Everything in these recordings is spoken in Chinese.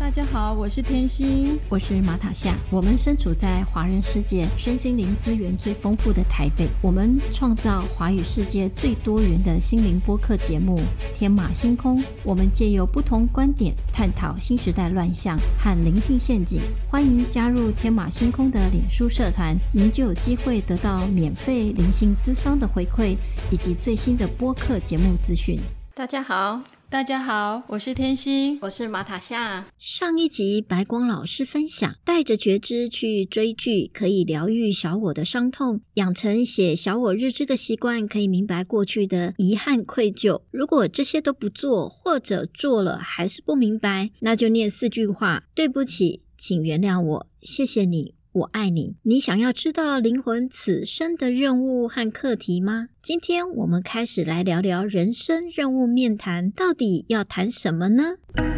大家好，我是天心， 我是马塔夏。我们身处在华人世界身心灵资源最丰富的台北，我们创造华语世界最多元的心灵播客节目天马星空。我们借由不同观点探讨新时代乱象和灵性陷阱。欢迎加入天马星空的脸书社团，您就有机会得到免费灵性咨商的回馈以及最新的播客节目资讯。 大家好， 大家好，我是天心， 我是马塔夏。 上一集白光老师分享，带着觉知去追剧可以疗愈小我的伤痛，养成写小我日志的习惯，可以明白过去的遗憾愧疚。如果这些都不做，或者做了还是不明白，那就念4句话：对不起，请原谅我，谢谢你，我爱你。你想要知道灵魂此生的任务和课题吗？今天我们开始来聊聊人生任务面谈，到底要谈什么呢？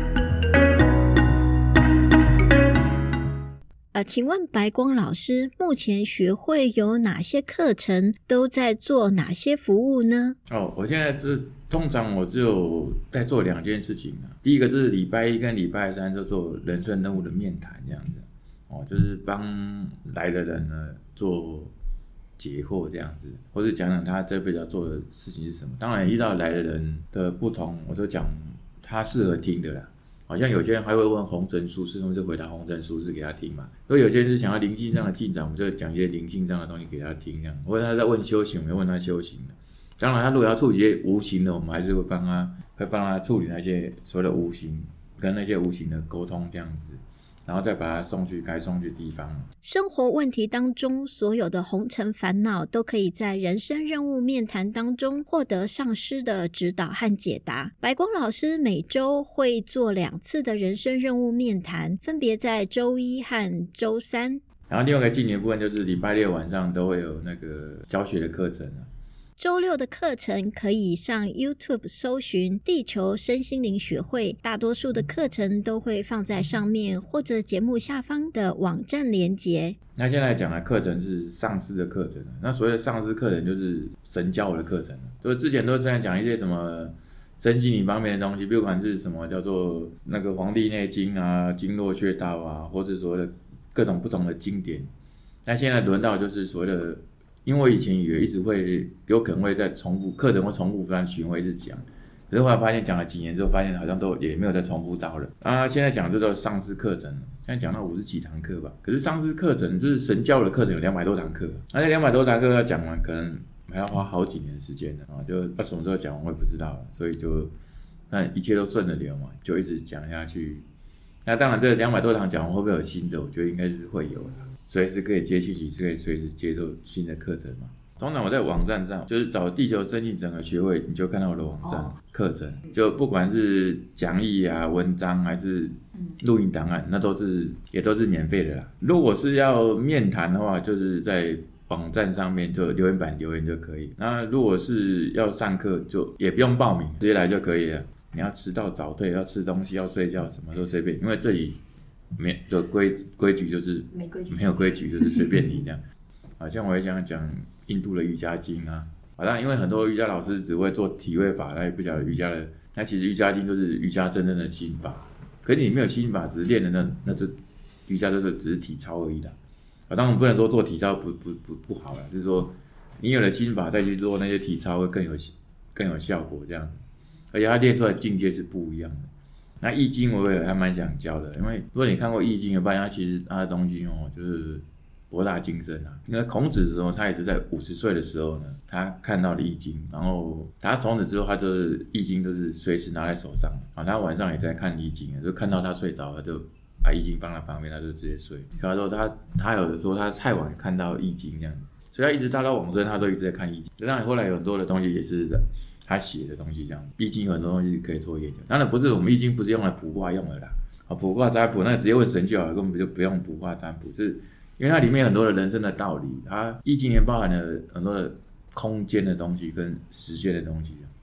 请问白光老师，目前学会有哪些课程，都在做哪些服务呢？ 我现在通常我只有在做2件事情。第一个就是礼拜1跟礼拜3就做人生任务的面谈这样子。就是帮来的人呢做解惑这样子，或是讲讲他这辈子要做的事情是什么。当然依照来的人的不同，我都讲他适合听的啦。好像有些人还会问红尘俗事，我们就回答红尘俗事给他听嘛。如果有些人是想要灵性上的进展，我们就讲一些灵性上的东西给他听这样。或者他在问修行，我们就问他修行的。当然他如果要处理一些无形的，我们还是会帮他处理那些所谓的无形，跟那些无形的沟通这样子。然后再把它送去该送去的地方。 生活问题当中所有的红尘烦恼，都可以在人生任务面谈当中获得上师的指导和解答。白光老师每周会做2次的人生任务面谈，分别在周1和周3。 然后另外一个进年部分就是礼拜6晚上都会有那个教学的课程。 周6的课程可以上 YouTube 搜寻地球身心灵学会，大多数的课程都会放在上面，或者节目下方的网站连结。 那现在讲的课程是上师的课程，那所谓的上师课程就是神教我的课程，就是之前都在讲一些什么身心灵方面的东西，不管是什么叫做那个黄帝内经啊、经络穴道啊，或者所谓的各种不同的经典。那现在轮到就是所谓的，因为我以前也一直会有可能会在重复课程或重复不断循环一直讲，可是后来发现讲了几年之后，发现好像都也没有再重复到了啊。现在讲就叫上师课程，现在讲到50几堂课吧。可是上师课程就是神教的课程有200多堂课，而且200多堂课要讲完，可能还要花好几年的时间的啊，就要什么时候讲完我也不知道了，所以就那一切都顺着流嘛，就一直讲下去。那当然这200多堂讲完会不会有新的？我觉得应该是会有的。随时可以接兴趣，可以随时接受新的课程嘛。通常我在网站上就是找地球生命整合学会，你就看到我的网站课程，就不管是讲义啊、文章还是录音档案，那也都是免费的啦。如果是要面谈的话，就是在网站上面就留言板留言就可以。那如果是要上课，就也不用报名，直接来就可以了。你要迟到早退，要吃东西，要睡觉，什么都随便，因为这里的规矩就是没有规矩，就是随便你这样。好像我也想讲印度的瑜伽经啊，当然因为很多瑜伽老师只会做体位法，他也不晓得瑜伽的。那其实瑜伽经就是瑜伽真正的心法，可是你没有心法，只是练的那就瑜伽就是只是体操而已啦。当然不能说做体操不好啦，就是说你有了心法再去做那些体操会更有效果这样子，而且他练出来的境界是不一样的。那易经我也还蛮想教的，因为如果你看过易经的话，它其实它的东西就是博大精深啊。因为孔子的时候，他也是在50岁的时候呢，他看到了易经，然后他从此之后，他就是易经都是随时拿在手上啊。他晚上也在看易经，就看到他睡着了，就把易经放在旁边，他就直接睡。他说他有的时候他太晚看到易经这样，所以他一直到往生，他都一直在看易经。当然后来有很多的东西也是他写的东西这样，易经有很多东西可以做研究。当然不是我们易经不是用来卜卦用的啦，卜卦占卜那直接问神就好了，根本就不用卜卦占卜，是因为它里面有很多的人生的道理，它易经也包含了很多的空间的东西跟时间的东西。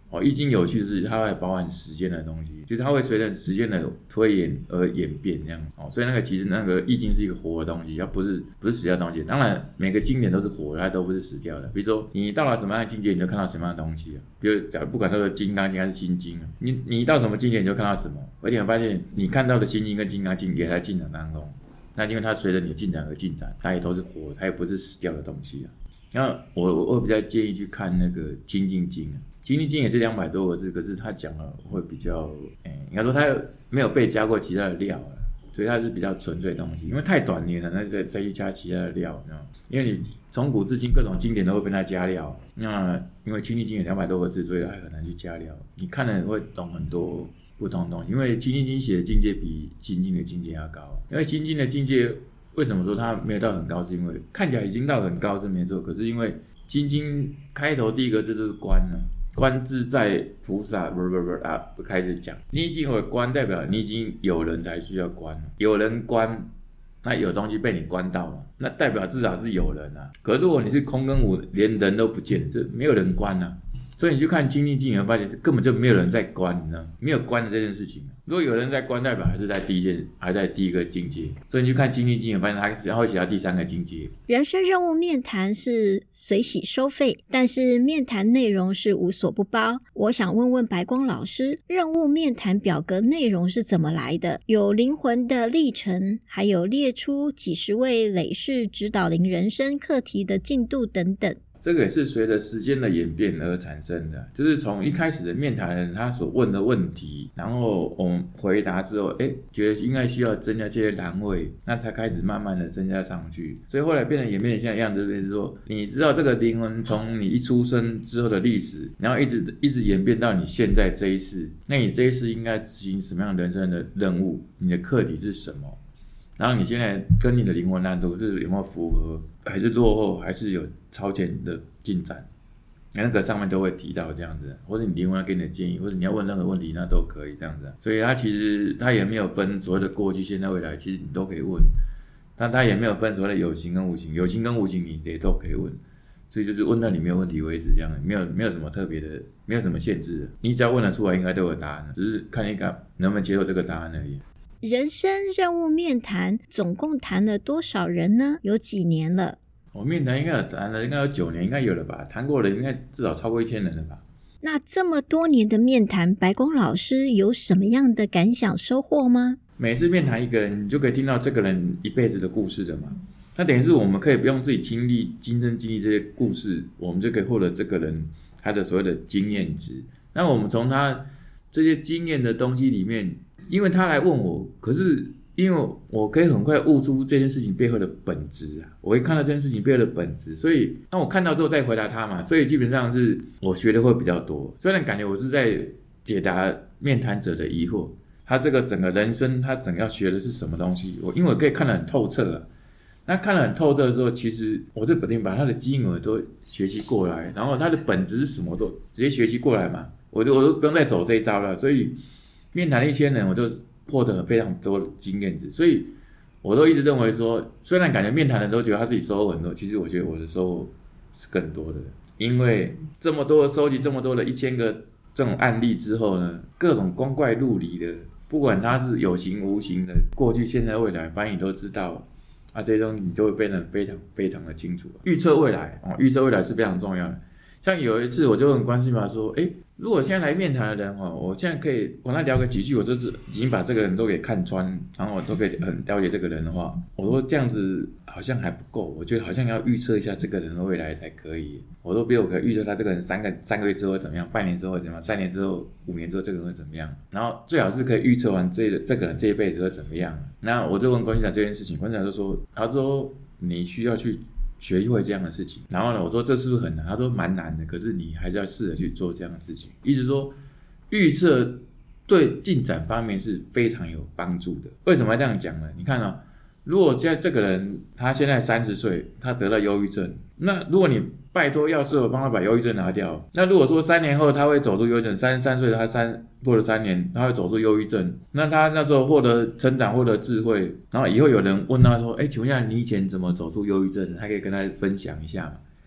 易经有趣的是它会包含时间的东西，就是它会随着时间的推演而演变这样。所以那个其实那个易经是一个活的东西，它不是死掉的东西。当然每个经典都是活的，它都不是死掉的。比如说你到了什么样的境界，你就看到什么样的东西比如假如不管那个金刚经还是心经，你到什么境界你就看到什么。而且我发现你看到的心经跟金刚经也在进展当中，那因为它随着你的进展而进展，它也都是活的，它也不是死掉的东西然后我比较建议去看那个精进经精进经也是200多个字，可是他讲了会比较应该说他没有被加过其他的料所以它是比较纯粹的东西。因为太短你很难再去加其他的料，因为你从古至今各种经典都会被它加料。那因为精进经有200多个字，所以它很难去加料。你看了会懂很多不同的东西，因为精进经写的境界比心经的境界要高。因为心经的境界为什么说它没有到很高，是因为看起来已经到很高是没错，可是因为心经开头第一个字就是观观自在菩萨不开始讲，你已经有观，代表你已经有人才需要观，有人观，那有东西被你观到嘛，那代表至少是有人可如果你是空跟无，连人都不见，这没有人观所以你去看精进经，你会发现根本就没有人在观，你知道没有观的这件事情。如果有人在观，代表还是在第一个境界。所以你去看精进经，你发现它只要会写到第3个境界。 人生任务面谈是随喜收费，但是面谈内容是无所不包。我想问问白光老师，任务面谈表格内容是怎么来的？有灵魂的历程，还有列出几十位累世指导灵人生课题的进度等等。 这个也是随着时间的演变而产生的，就是从一开始的面谈人他所问的问题，然后我们回答之后觉得应该需要增加这些栏位，那才开始慢慢的增加上去。所以后来变成演变成现在样子，就是说你知道这个灵魂从你一出生之后的历史，然后一直演变到你现在这一世，那你这一世应该执行什么样的人生的任务，你的课题是什么，然后你现在跟你的灵魂蓝图是有没有符合，还是落后，还是有超前的进展，那个上面都会提到这样子，或者你灵魂要给你的建议，或者你要问任何问题，那都可以这样子。所以它其实它也没有分所谓的过去、现在、未来，其实你都可以问。但它也没有分所谓的有形跟无形，有形跟无形你也都可以问。所以就是问到你没有问题为止，这样没有什么特别的，没有什么限制的，你只要问得出来，应该都有答案，只是看你能不能接受这个答案而已。 人生任务面谈总共谈了多少人呢？有几年了？ 我面谈应该有谈了，应该有9年，应该有了吧？谈过的应该至少超过1000人了吧？ 那这么多年的面谈，白光老师有什么样的感想收获吗？ 每次面谈一个人，你就可以听到这个人一辈子的故事的嘛。那等于是我们可以不用自己亲身经历这些故事，我们就可以获得这个人他的所谓的经验值。那我们从他这些经验的东西里面，因为他来问我，可是因为我可以很快悟出这件事情背后的本质我会看到这件事情背后的本质，所以当我看到之后再回答他嘛，所以基本上是我学的会比较多。虽然感觉我是在解答面谈者的疑惑，他这个整个人生他整个要学的是什么东西，因为我可以看得很透彻那看得很透彻的时候，其实我就本定把他的基因我都学习过来，然后他的本质是什么都直接学习过来嘛，我都不用再走这一招了。所以面谈1000人，我就获得非常多的经验值。所以我都一直认为说，虽然感觉面谈人都觉得他自己收获很多，其实我觉得我的收获是更多的。因为这么多的收集，这么多的1000个这种案例之后呢，各种光怪陆离的，不管它是有形无形的，过去、现在、未来，反正你都知道这些东西你就会变得非常非常的清楚。预测未来预测未来是非常重要的。像有一次我就问关系嘛说，如果现在来面谈的人我现在可以跟他聊个几句，我就是已经把这个人都给看穿，然后我都可以很了解这个人的话，我说这样子好像还不够，我觉得好像要预测一下这个人的未来才可以。我说比如我可以预测他这个人3个月之后会怎么样，半年之后会怎么样，3年之后、5年之后这个人会怎么样，然后最好是可以预测完这个人这一辈子会怎么样。那我就问关系长这件事情，关系长就说，他说你需要去学会这样的事情。然后呢，我说这是不是很难？他说蛮难的，可是你还是要试着去做这样的事情。意思说预测对进展方面是非常有帮助的。为什么要这样讲呢？你看如果现在这个人他现在30岁，他得到忧郁症，那如果你拜托药师我帮他把忧郁症拿掉，那如果说3年后他会走出忧郁症，33岁他过了3年他会走出忧郁症，那他那时候获得成长，获得智慧，然后以后有人问他说请问一下你以前怎么走出忧郁症的，他可以跟他分享一下嘛。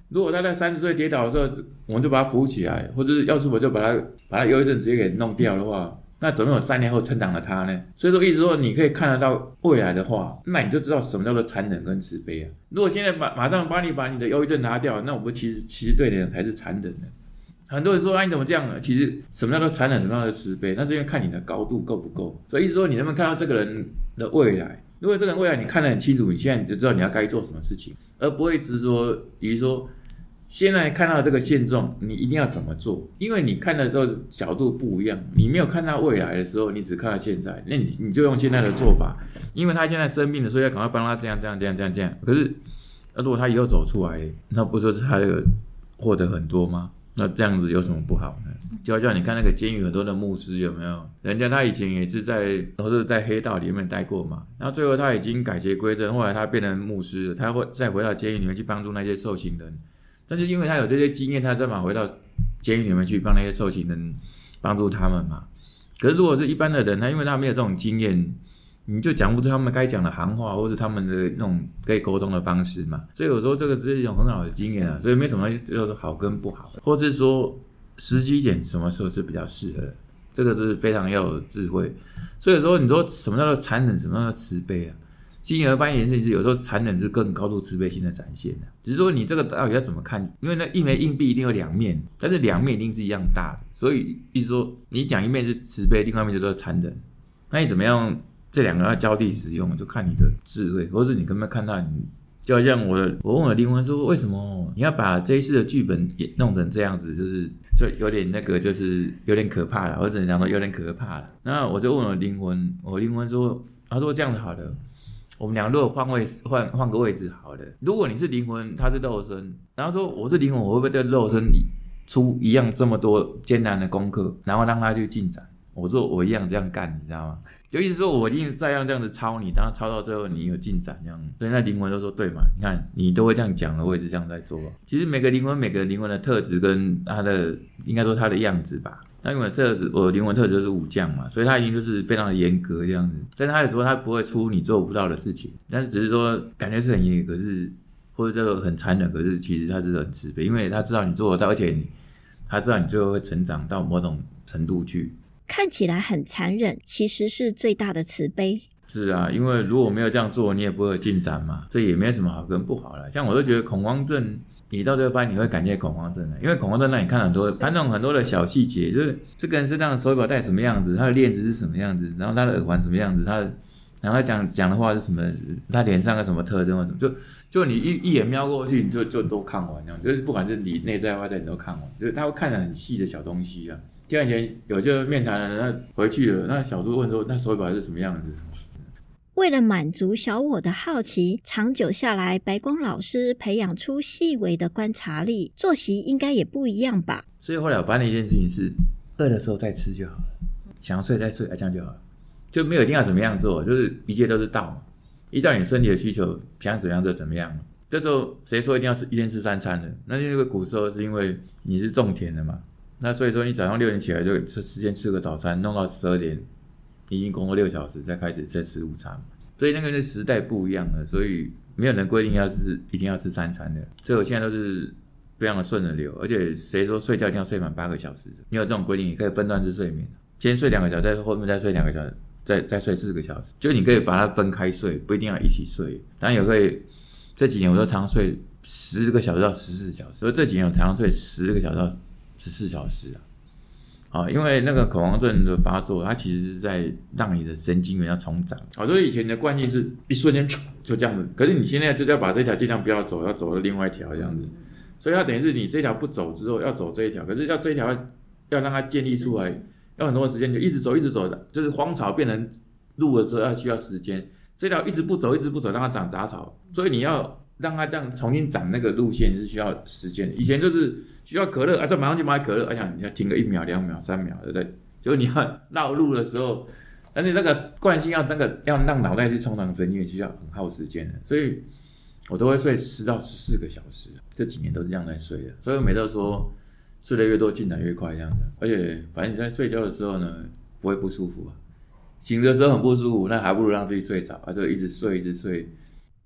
如果他在30岁跌倒的时候，我们就把他扶起来，或者是要是我就把他忧郁症直接给弄掉的话，那怎么有3年后成长的他呢？所以说，意思说你可以看得到未来的话，那你就知道什么叫做残忍跟慈悲啊。如果现在马上把你的忧郁症拿掉，那我们其实对的人才是残忍的。很多人说你怎么这样呢？其实什么叫做残忍，什么叫做慈悲，那是因为看你的高度够不够。所以意思说，你能不能看到这个人的未来？如果这个人未来你看得很清楚，你现在就知道你要该做什么事情，而不会只说，比如说现在看到这个现状，你一定要怎么做？因为你看的这个角度不一样，你没有看到未来的时候，你只看到现在，那你就用现在的做法。因为他现在生病了，所以要赶快帮他这样。可是，如果他以后走出来，那不就是他这个获得很多吗？那这样子有什么不好呢？就好像你看那个监狱很多的牧师有没有？人家他以前也是都是在黑道里面待过嘛，然后最后他已经改邪归正，后来他变成牧师了，他会再回到监狱里面去帮助那些受刑人。但是因为他有这些经验，他再回到监狱里面去帮那些受刑人帮助他们嘛。可是如果是一般的人，他因为他没有这种经验，你就讲不出他们该讲的行话，或是他们的那种可以沟通的方式嘛。所以有时候这个只是一种很好的经验啊，所以没什么叫做好跟不好，或是说时机点什么时候是比较适合的，这个是非常要有智慧。所以有时候你说什么叫做残忍，什么叫做慈悲啊？进而发现是有时候残忍是更高度慈悲心的展现的，只是说你这个到底要怎么看？因为那一枚硬币一定有2面，但是2面一定是一样大的，所以意思说你讲一面是慈悲，另外一面就叫残忍。那你怎么样这2个要交替使用，就看你的智慧，或者你可不可以看到你，就好像我问我的灵魂说，为什么你要把这一次的剧本也弄成这样子，就有点那个，就是有点可怕了，我只能讲说有点可怕了。那我就问我的灵魂说，他说这样子好了。我们俩如果换个位置好了，如果你是灵魂，他是肉身，然后说我是灵魂，我会不会对肉身出一样这么多艰难的功课，然后让他去进展？我说我一样这样干，你知道吗？就意思说我一定再这样子抄你，然后抄到最后你有进展这样。所以那灵魂就说对嘛，你看你都会这样讲了，我也是这样在做。其实每个灵魂的特质跟他的应该说他的样子吧。那因为我的灵魂特质是武将嘛，所以他一定就是非常的严格这样子。但是他有时候他不会出你做不到的事情，但是只是说感觉是很严格，可是或者这个很残忍，可是其实他是很慈悲，因为他知道你做得到，而且他知道你最后会成长到某种程度去。 看起来很残忍，其实是最大的慈悲。 是啊，因为如果没有这样做，你也不会有进展嘛，所以也没有什么好跟不好了。像我都觉得恐慌症，你到这个班你会感谢恐慌症的，因为恐慌症让你看很多，他那种很多的小细节，就是这个人身上的手表戴什么样子，他的链子是什么样子，然后他的耳环什么样子，然后他讲的话是什么，他脸上有什么特征或什么，就你一眼瞄过去，你就都看完这样，就是不管是你内在外在你都看完，就是他会看得很细的小东西啊。像以前有些面谈的人，他回去了，那小猪问说，那手表是什么样子？ 为了满足小我的好奇，长久下来，白光老师培养出细微的观察力，作息应该也不一样吧？ 所以后来我发现一件事情是，饿的时候再吃就好了，想要睡再睡，这样就好了，就没有一定要怎么样做，就是一切都是道嘛，依照你身体的需求，想怎么样就怎么样。这时候谁说一定要一天吃3餐的？那因为古时候是因为你是种田的嘛。那所以说，你早上6点起来就时间吃个早餐，弄到12点，已经工作6小时，再开始再吃午餐。所以那个是时代不一样了，所以没有人规定一定要吃3餐的。所以我现在都是非常的顺着流，而且谁说睡觉一定要睡满8个小时的？你有这种规定，你可以分段式睡眠，先睡2个小时，在后面再睡2个小时，再睡4个小时，就你可以把它分开睡，不一定要一起睡。当然也可以，这几年我都常睡10个小时到14小时，所以这几年我常睡10个小时到14小时啊，因为那个恐慌症的发作，它其实是在让你的神经元要重长。所以以前的惯性是一瞬间就这样子，可是你现在就是要把这条尽量不要走，要走到另外一条这样子。所以它等于是你这条不走之后，要走这一条，可是要这一条要让它建立出来，要很多时间，就一直走，就是荒草变成路的时候要需要时间。这条一直不走，让它长杂草，所以你要让它这样重新长那个路线是需要时间的。以前就是需要可乐，就马上去买可乐，你要停个1秒、2秒、3秒，对不对？就你要绕路的时候，但是那个惯性要让脑袋去充当神经，需要很耗时间的。所以我都会睡10到14个小时，这几年都是这样在睡的。所以我每都说睡得越多进展越快这样的。而且反正你在睡觉的时候呢，不会不舒服啊。醒的时候很不舒服，那还不如让自己睡着就一直睡。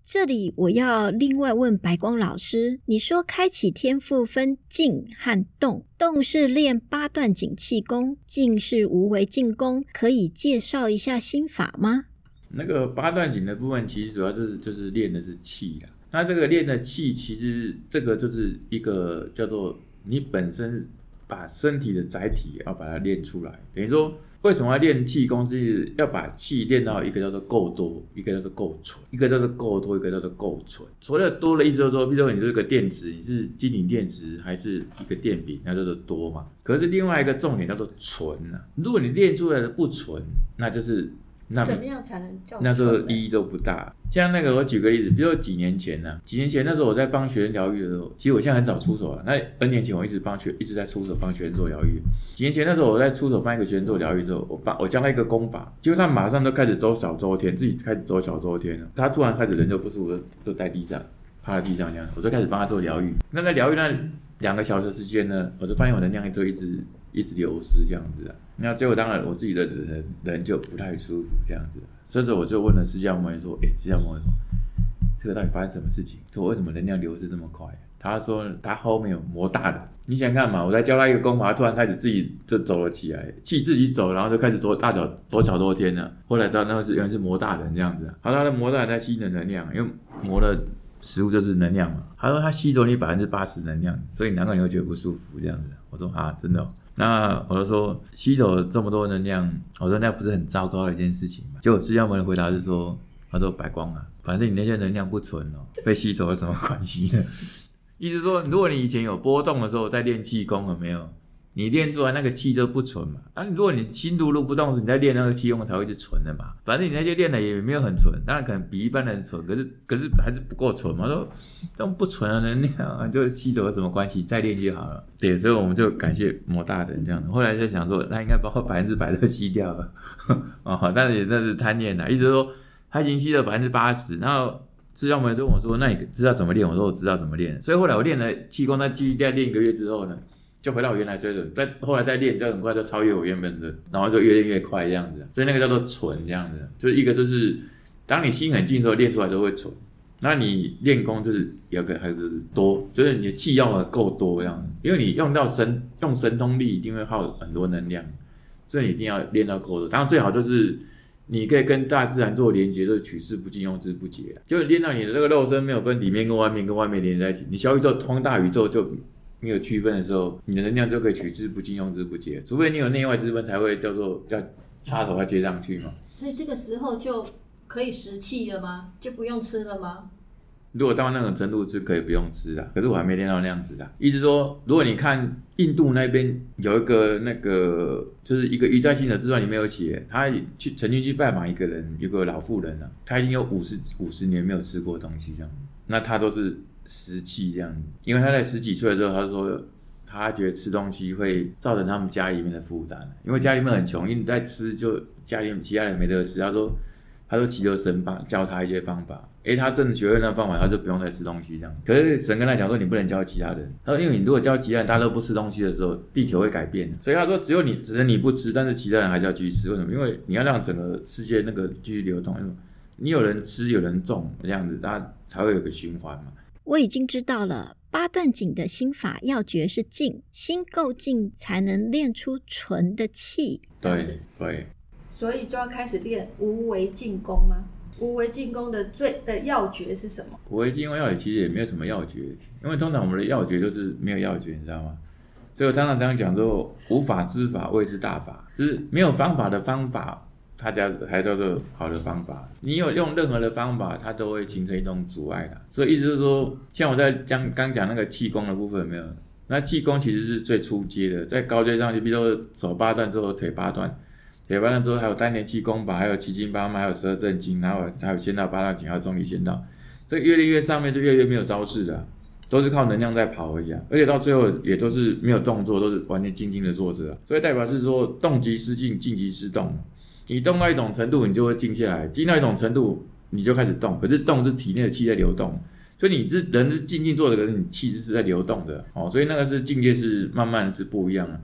这里我要另外问白光老师，你说开启天赋分静和动，动是练八段锦气功，静是无为静功，可以介绍一下心法吗？ 那个八段锦的部分其实主要是就是练的是气啦。那这个练的气，其实这个就是一个叫做你本身把身体的载体要把它练出来，等于说为什么要练气功，是要把气练到一个叫做够多，一个叫做够纯，一个叫做够多，一个叫做够纯。所谓的多的意思就是说，比如说你这个电池，你是金银电池还是一个电饼，那叫做多嘛。可是另外一个重点叫做纯啊，如果你练出来的不纯，那就是怎么样才能叫纯？ 那这个意义都不大。像那个我举个例子，比如说几年前那时候我在帮学生疗愈的时候，其实我现在很早出手了。那 N 年前我一直在出手帮学生做疗愈。几年前那时候我在出手帮一个学生做疗愈之后，我教他一个功法，结果他马上都开始走小周天，自己开始走小周天了。他突然开始人就不舒服，就在地上趴在地上这样，我就开始帮他做疗愈。那在疗愈那2个小时时间呢，我就发现我能量就一直流失这样子啊。那结果当然我自己的人就不太舒服这样子，所以我就问了释迦牟尼说：“释迦牟尼，这个到底发生什么事情？说为什么能量流失这么快？”他说他后面有魔大人。你想看嘛？我在教他一个功法，他突然开始自己就走了起来，气自己走，然后就开始走小多天了。后来知道那个原来是魔大人这样子啊。他的魔大人在吸你的能量，因为魔的食物就是能量嘛。他说他吸走你80%能量，所以难怪你会觉得不舒服这样子。我说啊，真的哦。那我就说吸走这么多能量，我说那不是很糟糕的一件事情吗？结果释迦牟尼回答是说，他说白光啊，反正你那些能量不纯哦，被吸走有什么关系呢？意思说，如果你以前有波动的时候在练气功，有没有？你练出来那个气就不纯嘛。如果你心如如不动时，你在练那个气功才会去纯的嘛。反正你那些练的也没有很纯，当然可能比一般人纯，可是还是不够纯嘛。说这种不纯的能量就吸走有什么关系？再练就好了。对，所以我们就感谢魔大人这样的。后来就想说，他应该把我100%都吸掉了但是那是贪念的，意思是说他已经吸了80%，然后释迦牟尼就问我说：“那你知道怎么练？”我说：“我知道怎么练。”所以后来我练了气功，再继续练1个月之后呢，就回到我原来水准。后来再练，就很快就超越我原本的，然后就越练越快这样子。所以那个叫做纯这样子，就是一个就是当你心很静的时候练出来都会纯。那你练功就是有个还是多，就是你的气要够多这样子，因为你用神通力一定会耗很多能量，所以你一定要练到够多。当然最好就是你可以跟大自然做连结，就是取之不尽，用之不竭，就是练到你的这个肉身没有分里面跟外面连在一起，你小宇宙通大宇宙就没有区分的时候，你的能量就可以取之不尽，用之不竭。除非你有内外之分，才会叫做要插头要接上去嘛。 所以这个时候就可以食气了吗？就不用吃了吗？ 如果到那种程度是可以不用吃的，可是我还没练到那样子的。意思说，如果你看印度那边有一个那个，就是一个瑜伽行者自传里面有写，他曾经去拜访一个人，有个老妇人啊，他已经有50年没有吃过东西这样，那他都是食气这样，因为他在10几岁的时候，他说他觉得吃东西会造成他们家里面的负担，因为家里面很穷，因为你在吃就家里面其他人没得吃，他说祈求神教他一些方法。他真的学会那方法，他就不用再吃东西这样。可是神跟他讲说，你不能教其他人。他说，因为你如果教其他人，大家都不吃东西的时候，地球会改变。所以他说，只能你不吃，但是其他人还是要继续吃。为什么？因为你要让整个世界那个继续流动，你有人吃，有人种，这样子，它才会有个循环嘛。 我已经知道了，八段锦的心法要诀是静，心够静才能练出纯的气。 对。 所以就要开始练无为静功吗？无为静功的要诀是什么？ 无为静功要诀其实也没有什么要诀，因为通常我们的要诀就是没有要诀，你知道吗？所以我常常这样讲说，无法之法谓之大法，就是没有方法的方法，它还叫做好的方法。你有用任何的方法，它都会形成一种阻碍的。所以意思是说，像我在刚讲那个气功的部分有没有？那气功其实是最初阶的，在高阶上去，比如说手8段之后腿8段。腿8段之后还有丹田气功法，还有奇经八脉，还有12正经，然后还有仙道八段锦，还有中离仙道。这个越练越上面就越没有招式的，都是靠能量在跑而已啊。而且到最后也都是没有动作，都是完全静静的坐着。所以代表是说动即失静，静即失动。你动到一种程度，你就会静下来；静到一种程度，你就开始动。可是动是体内的气在流动，所以你人是静静坐着，可是你气是在流动的哦。所以那个是境界是慢慢的是不一样的。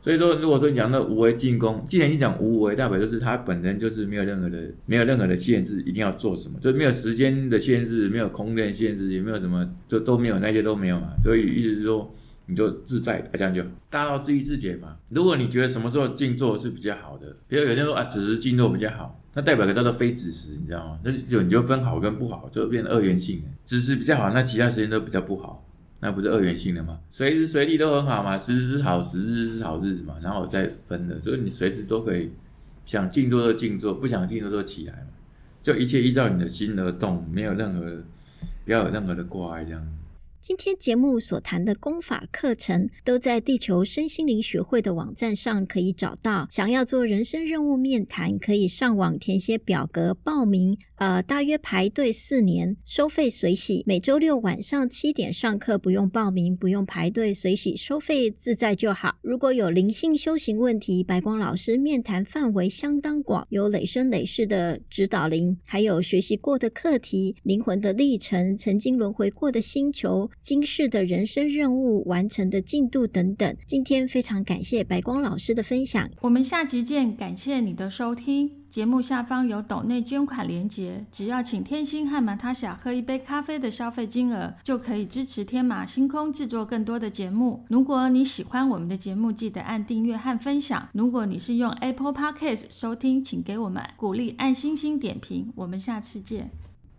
所以说，如果说你讲那无为进攻，既然你讲无为，代表就是它本身就是没有任何的限制，一定要做什么，就没有时间的限制，没有空间限制，也没有什么，就都没有，那些都没有嘛。所以意思是说，你就自在，这样就大道至于自解嘛。如果你觉得什么时候静坐是比较好的，比如有些人说此时静坐比较好，那代表个叫做非子时，你知道吗？你就分好跟不好，就变成二元性了。子时比较好，那其他时间都比较不好。那不是二元性的吗？随时随地都很好嘛，时时是好时，日是好日子嘛，然后再分的，所以你随时都可以想静坐就静坐，不想静坐就起来嘛，就一切依照你的心而动，不要有任何的挂碍这样。 今天节目所谈的功法课程都在地球身心灵学会的网站上可以找到，想要做人生任务面谈，可以上网填写表格报名，大约排队4年，收费随喜，每周六晚上7点上课，不用报名，不用排队，随喜收费自在就好。如果有灵性修行问题，白光老师面谈范围相当广，有累生累世的指导灵，还有学习过的课题、灵魂的历程、曾经轮回过的星球、今世的人生任务完成的进度等等。今天非常感谢白光老师的分享， 我们下集见，感谢你的收听。节目下方有斗内捐款连结，只要请天心和马塔夏喝一杯咖啡的消费金额，就可以支持天马星空制作更多的节目。如果你喜欢我们的节目，记得按订阅和分享。如果你是用 Apple Podcast 收听，请给我们鼓励，按星星点评。我们下次见。